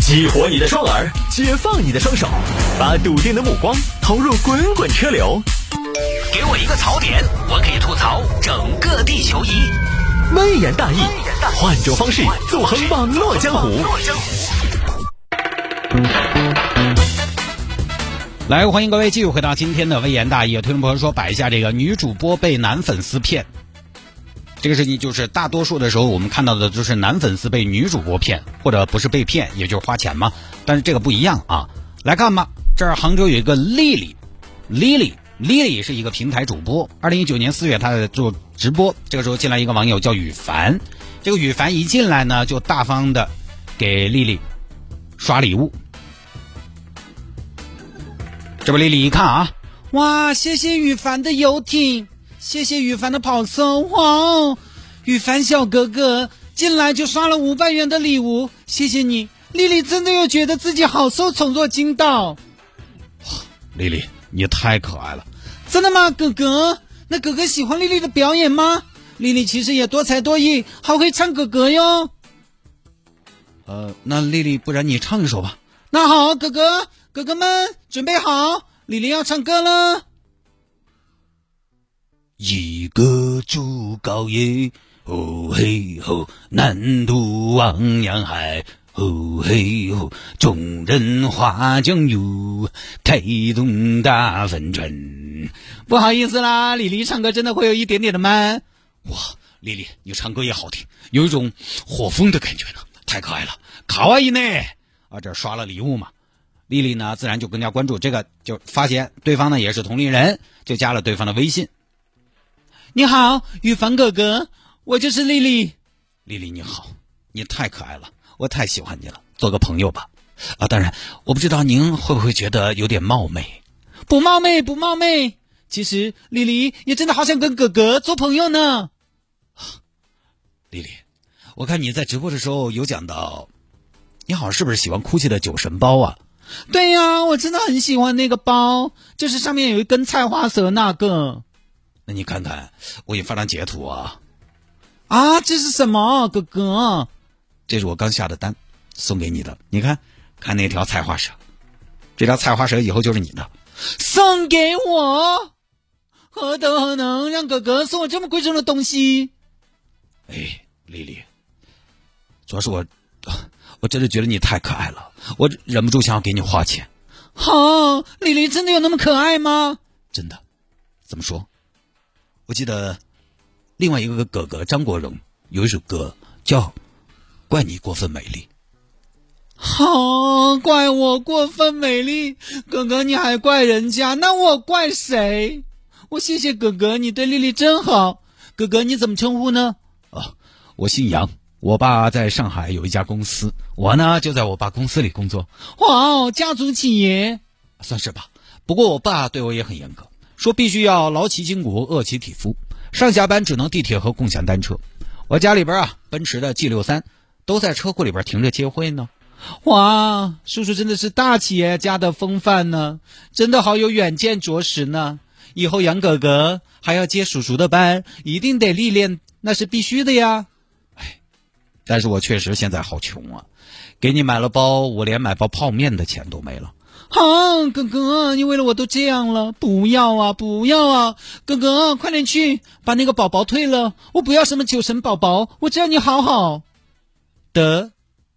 激活你的双耳，解放你的双手，把笃定的目光投入滚滚车流。 给我一个槽点，我可以吐槽整个地球仪。 微言大义，换种方式纵横网络江湖。 来，欢迎各位继续回到今天的微言大义。推荐朋友说摆一下这个女主播被男粉丝骗，这个事情就是大多数的时候我们看到的就是男粉丝被女主播骗，或者不是被骗也就是花钱嘛，但是这个不一样啊。来看吧，这儿杭州有一个丽丽是一个平台主播。2019年4月她在做直播，这个时候进来一个网友叫羽凡，这个羽凡一进来呢就大方的给丽丽刷礼物。这不丽丽一看啊，哇，谢谢羽凡的游艇，谢谢羽凡的跑车，哇，羽凡小哥哥进来就刷了500元的礼物，谢谢你。丽丽真的又觉得自己好受宠若惊到。丽丽你太可爱了。真的吗哥哥？那哥哥喜欢丽丽的表演吗？丽丽其实也多才多艺，好会唱哥哥哟。那丽丽不然你唱一首吧。那好，哥哥们准备好，丽丽要唱歌了。一个竹篙叶，吼嘿吼，南渡汪洋海，吼嘿吼，众人划江游，开动大帆船。不好意思啦，丽丽唱歌真的会有一点点的慢。哇，丽丽你唱歌也好听，有一种火风的感觉呢，太可爱了，卡哇伊呢。这刷了礼物嘛，丽丽呢自然就更加关注这个，就发现对方呢也是同龄人，就加了对方的微信。你好，羽凡哥哥，我就是丽丽。丽丽你好，你太可爱了，我太喜欢你了，做个朋友吧。当然我不知道您会不会觉得有点冒昧。不冒昧，其实丽丽也真的好想跟哥哥做朋友呢。丽丽，我看你在直播的时候有讲到你好像是不是喜欢 GUCCI 的酒神包啊？对呀，我真的很喜欢那个包，就是上面有一根菜花蛇那个。那你看看我也发张截图啊。这是什么哥哥？这是我刚下的单送给你的，你看那条菜花蛇，这条菜花蛇以后就是你的。送给我？何德何能让哥哥送我这么贵重的东西？丽丽，主要是我真的觉得你太可爱了，我忍不住想要给你花钱。丽丽真的有那么可爱吗？真的。怎么说？我记得另外一个哥哥张国荣有一首歌叫《怪你过分美丽》。怪我过分美丽，哥哥你还怪人家，那我怪谁？我谢谢哥哥，你对丽丽真好。哥哥你怎么称呼呢？我姓杨，我爸在上海有一家公司，我呢就在我爸公司里工作。哇，家族企业算是吧。不过我爸对我也很严格，说必须要劳其筋骨，饿其体肤，上下班只能地铁和共享单车。我家里边奔驰的 G63 都在车库里边停着接会呢。哇，叔叔真的是大企业家的风范呢，真的好有远见着实呢。以后杨哥哥还要接叔叔的班，一定得历练，那是必须的呀。但是我确实现在好穷啊，给你买了包，我连买包泡面的钱都没了。哥哥你为了我都这样了，不要啊，哥哥快点去把那个宝宝退了，我不要什么酒神宝宝，我只要你好好的。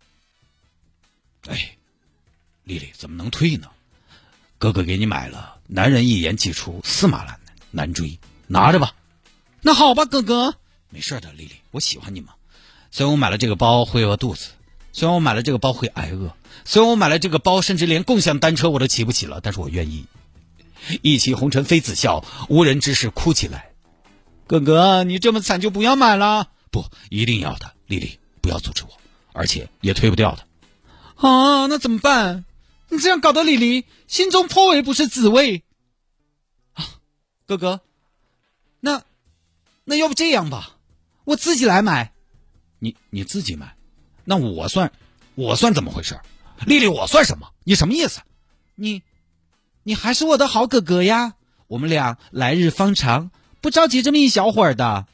丽丽怎么能退呢？哥哥给你买了，男人一言既出，驷马难追，拿着吧。那好吧哥哥。没事的丽丽，我喜欢你嘛。虽然我买了这个包会饿肚子，虽然我买了这个包会挨饿，虽然我买了这个包甚至连共享单车我都骑不起了，但是我愿意一骑红尘妃子笑，无人知是哭起来。哥哥你这么惨就不要买了。不，一定要的，丽丽不要阻止我，而且也推不掉的。那怎么办？你这样搞得丽丽心中颇为不是滋味。哥哥，那要不这样吧，我自己来买。你自己买？那我算怎么回事？丽丽我算什么？你什么意思？你还是我的好哥哥呀，我们俩来日方长，不着急这么一小会儿的。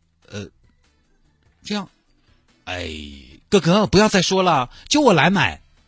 这样，哥哥不要再说了，就我来买，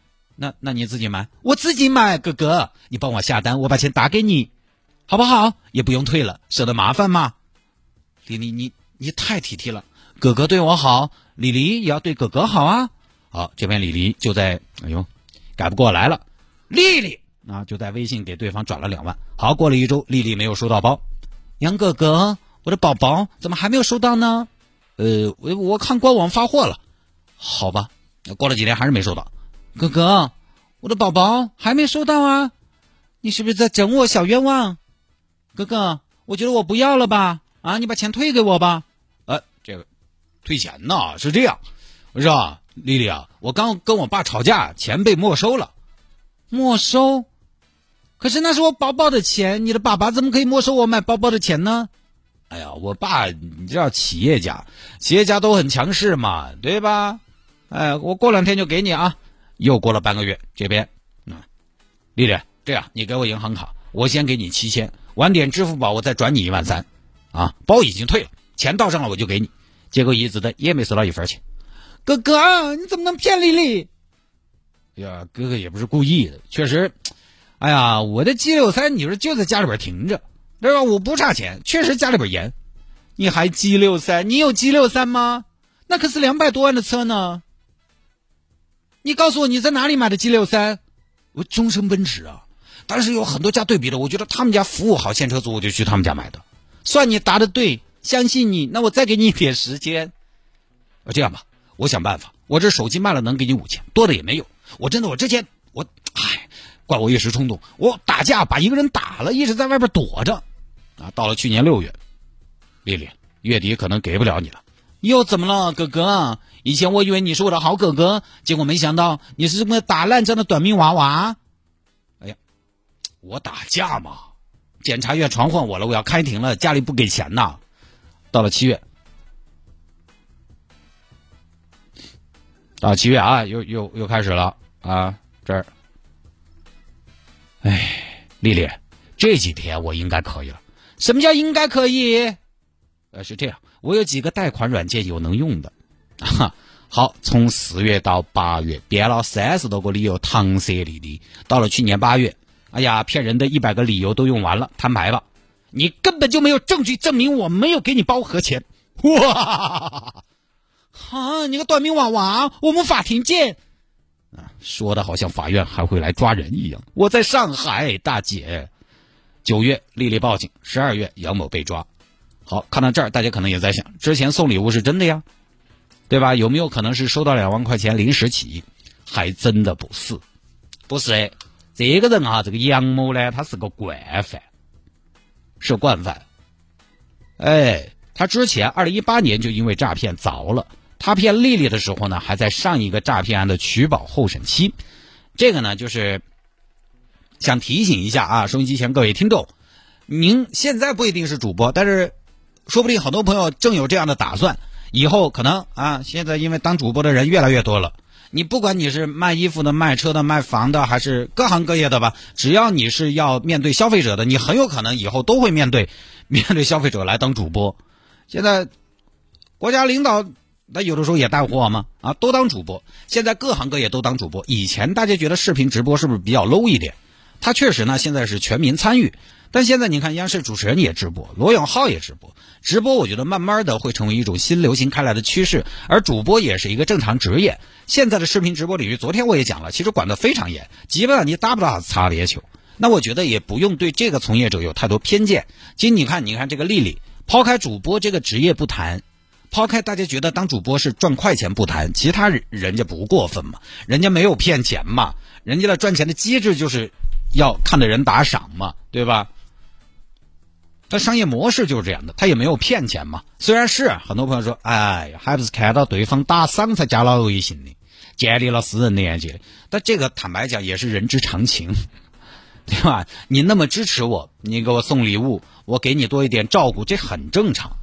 那你自己买，我自己买，哥哥，你帮我下单，我把钱打给你，好不好？也不用退了，省得麻烦嘛。丽丽，你太体贴了，哥哥对我好，丽丽也要对哥哥好啊。好，这边丽丽就在，改不过来了，丽丽啊，就在微信给对方转了2万。好，过了1周，丽丽没有收到包。杨哥哥，我的宝宝怎么还没有收到呢？我看官网发货了。好吧，过了几天还是没收到。哥哥，我的宝宝还没收到啊，你是不是在整我小冤枉？哥哥，我觉得我不要了吧，啊，你把钱退给我吧。这个退钱呢是这样，我说啊，丽丽啊，我刚跟我爸吵架，钱被没收了。没收？可是那是我宝宝的钱，你的爸爸怎么可以没收我买宝宝的钱呢？哎呀，我爸你知道企业家都很强势嘛，对吧？我过2天就给你啊。又过了半个月，这边丽丽，这样你给我银行卡，我先给你7000，晚点支付宝我再转你13000啊，包已经退了，钱到账了我就给你。结果一直的也没收到1分钱。哥哥，你怎么能骗丽丽？呀，哥哥也不是故意的，确实，哎呀，我的 G63 你说就在家里边停着，对吧？我不差钱，确实家里边严。你还 G63？ 你有 G63 吗？那可是200多万的车呢。你告诉我你在哪里买的 G63？ 我终身奔驰啊，但是有很多家对比的，我觉得他们家服务好，现车族我就去他们家买的。算你答得对，相信你，那我再给你一点时间。这样吧，我想办法，我这手机卖了能给你5000，多的也没有。我之前怪我一时冲动，我打架把一个人打了，一直在外边躲着啊。到了去年6月，丽丽，月底可能给不了你了。又怎么了，哥哥？以前我以为你是我的好哥哥，结果没想到你是这么打烂仗的短命娃娃。哎呀，我打架嘛，检察院传唤我了，我要开庭了，家里不给钱呐。到了7月，啊，又开始了啊，这儿。丽丽，这几天我应该可以了。什么叫应该可以？是这样，我有几个贷款软件有能用的。好，从4月到8月，编了30多个理由搪塞丽丽。到了去年8月，哎呀，骗人的100个理由都用完了，摊牌吧，你根本就没有证据证明我没有给你包和钱。哇！你个短命娃娃，我们法庭见。说的好像法院还会来抓人一样。我在上海，大姐。9月，丽丽报警；12月，杨某被抓。好，看到这儿，大家可能也在想，之前送礼物是真的呀，对吧？有没有可能是收到2万块钱临时起意？还真的不是。这个人啊，这个杨某呢，他是个惯犯，是惯犯。他之前2018年就因为诈骗凿了。他骗丽丽的时候呢，还在上一个诈骗案的取保候审期。这个呢，就是想提醒一下啊，收音机前各位听众，您现在不一定是主播，但是说不定很多朋友正有这样的打算，以后可能啊，现在因为当主播的人越来越多了，你不管你是卖衣服的、卖车的、卖房的，还是各行各业的吧，只要你是要面对消费者的，你很有可能以后都会面对消费者来当主播。现在国家领导那有的时候也带货嘛，都当主播。现在各行各业都当主播。以前大家觉得视频直播是不是比较 low 一点？它确实呢，现在是全民参与。但现在你看，央视主持人也直播，罗永浩也直播。直播我觉得慢慢的会成为一种新流行开来的趋势，而主播也是一个正常职业。现在的视频直播领域，昨天我也讲了，其实管得非常严，基本上你打不到擦边球。那我觉得也不用对这个从业者有太多偏见。其实你看这个丽丽，抛开主播这个职业不谈，抛开大家觉得当主播是赚快钱不谈，其他人家不过分嘛，人家没有骗钱嘛，人家的赚钱的机制就是要看的人打赏嘛，对吧？他商业模式就是这样的，他也没有骗钱嘛。虽然是很多朋友说，哎呀，还不是看到对方打赏才加了微信的，建立了私人连接，但这个坦白讲也是人之常情，对吧？你那么支持我，你给我送礼物，我给你多一点照顾，这很正常。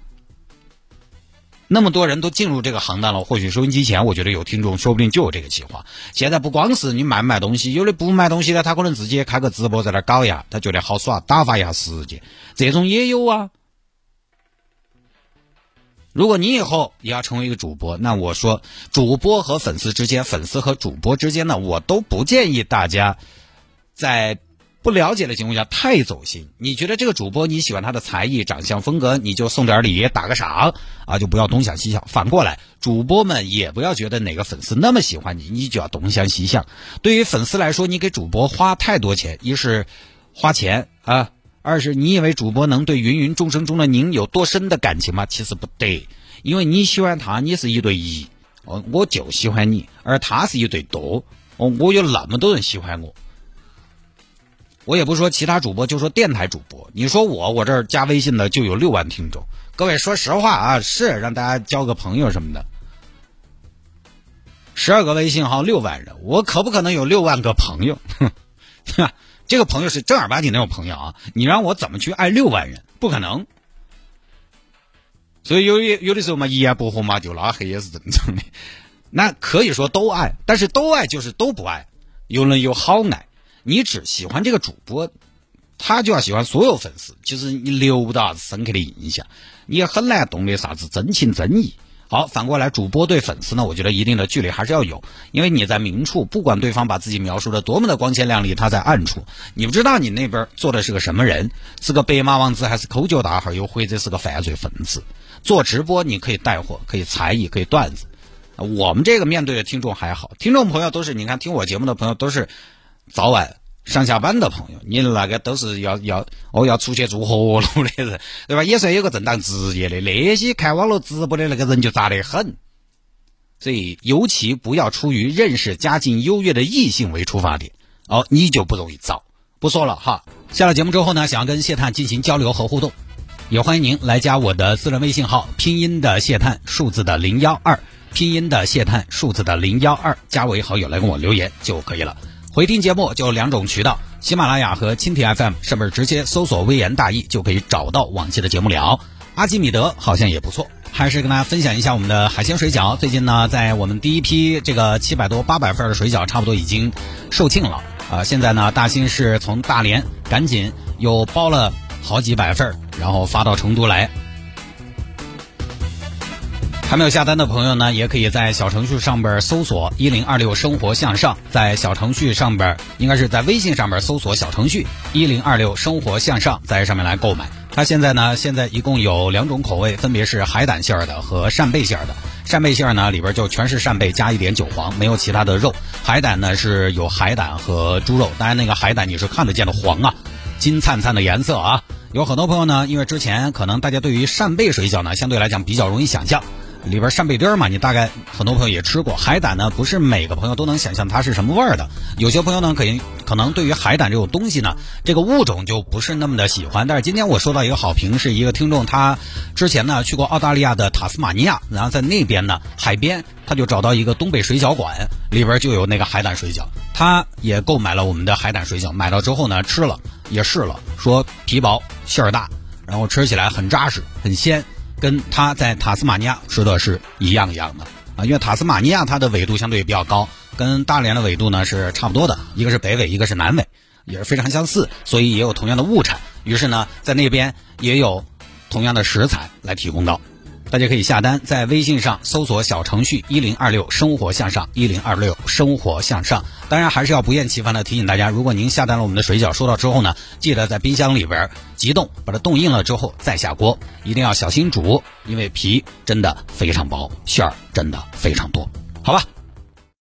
那么多人都进入这个行当了，或许收音机前我觉得有听众说不定就有这个计划。现在不光是你买不买东西，有的不买东西的他可能自己也开个直播在那搞一下，他觉得好耍，打发一下时间，这种也有啊。 如果你以后也要成为一个主播，那我说主播和粉丝之间，粉丝和主播之间呢，我都不建议大家在不了解的情况下太走心。你觉得这个主播你喜欢他的才艺、长相、风格，你就送点礼，打个赏啊，就不要东想西想。反过来，主播们也不要觉得哪个粉丝那么喜欢你，你就要东想西想。对于粉丝来说，你给主播花太多钱，一是花钱啊，二是你以为主播能对芸芸众生中的您有多深的感情吗？其实不对，因为你喜欢他，你是一对一，我就喜欢你，而他是一对多，我有那么多人喜欢我。我也不说其他主播，就说电台主播。你说我这儿加微信的就有6万听众。各位说实话啊，是让大家交个朋友什么的。12个微信号6万人，我可不可能有6万个朋友？这个朋友是正儿八经那种朋友啊，你让我怎么去爱6万人？不可能。所以有的时候嘛，一言不合嘛就拉黑也是正常的。那可以说都爱，但是都爱就是都不爱，有人有好爱。你只喜欢这个主播，他就要喜欢所有粉丝，其实你留不到深刻的印象，你也很难懂得啥子真情真意。好，反过来主播对粉丝呢，我觉得一定的距离还是要有，因为你在明处，不管对方把自己描述的多么的光鲜亮丽，他在暗处，你不知道你那边做的是个什么人，是个白马王子还是抠脚大汉，又或者是个犯罪分子。做直播你可以带货，可以才艺，可以段子。我们这个面对的听众还好，听众朋友都是你看听我节目的朋友都是早晚上下班的朋友，你那个都是要出去做活路的人，对吧？也算有个正当职业的，那些看网络直播的那个人就渣得很。所以尤其不要出于认识家境优越的异性为出发点，你就不容易糟。不说了哈，下了节目之后呢，想要跟谢探进行交流和互动，也欢迎您来加我的私人微信号，拼音的谢探，数字的012，拼音的谢探，数字的012，加为好友来跟我留言就可以了。回听节目就2种渠道，喜马拉雅和蜻蜓 FM 上面直接搜索微言大义就可以找到往期的节目了。阿基米德好像也不错，还是跟大家分享一下我们的海鲜水饺。最近呢，在我们第一批这个700多800份的水饺差不多已经售罄了现在呢，大新是从大连赶紧又包了好几百份，然后发到成都来。还没有下单的朋友呢，也可以在小程序上边搜索1026生活向上，在小程序上边应该是在微信上边搜索小程序1026生活向上，在上面来购买。它现在一共有2种口味，分别是海胆馅儿的和扇贝馅儿的。扇贝馅儿呢里边就全是扇贝加一点韭黄，没有其他的肉。海胆呢是有海胆和猪肉，当然那个海胆你是看得见的黄啊，金灿灿的颜色啊。有很多朋友呢，因为之前可能大家对于扇贝水饺呢相对来讲比较容易想象，里边扇贝丁嘛，你大概很多朋友也吃过。海胆呢，不是每个朋友都能想象它是什么味儿的。有些朋友呢，可能对于海胆这种东西呢，这个物种就不是那么的喜欢。但是今天我收到一个好评，是一个听众，他之前呢去过澳大利亚的塔斯马尼亚，然后在那边呢海边，他就找到一个东北水饺馆，里边就有那个海胆水饺。他也购买了我们的海胆水饺，买到之后呢吃了也试了，说皮薄馅儿大，然后吃起来很扎实很鲜。跟他在塔斯马尼亚吃的是一样的因为塔斯马尼亚它的纬度相对比较高，跟大连的纬度呢是差不多的，一个是北纬，一个是南纬，也是非常相似，所以也有同样的物产。于是呢，在那边也有同样的食材来提供到。大家可以下单，在微信上搜索小程序1026生活向上，1026生活向上。当然还是要不厌其烦的提醒大家，如果您下单了我们的水饺，收到之后呢，记得在冰箱里边急冻，把它冻硬了之后再下锅，一定要小心煮，因为皮真的非常薄，馅儿真的非常多。好吧，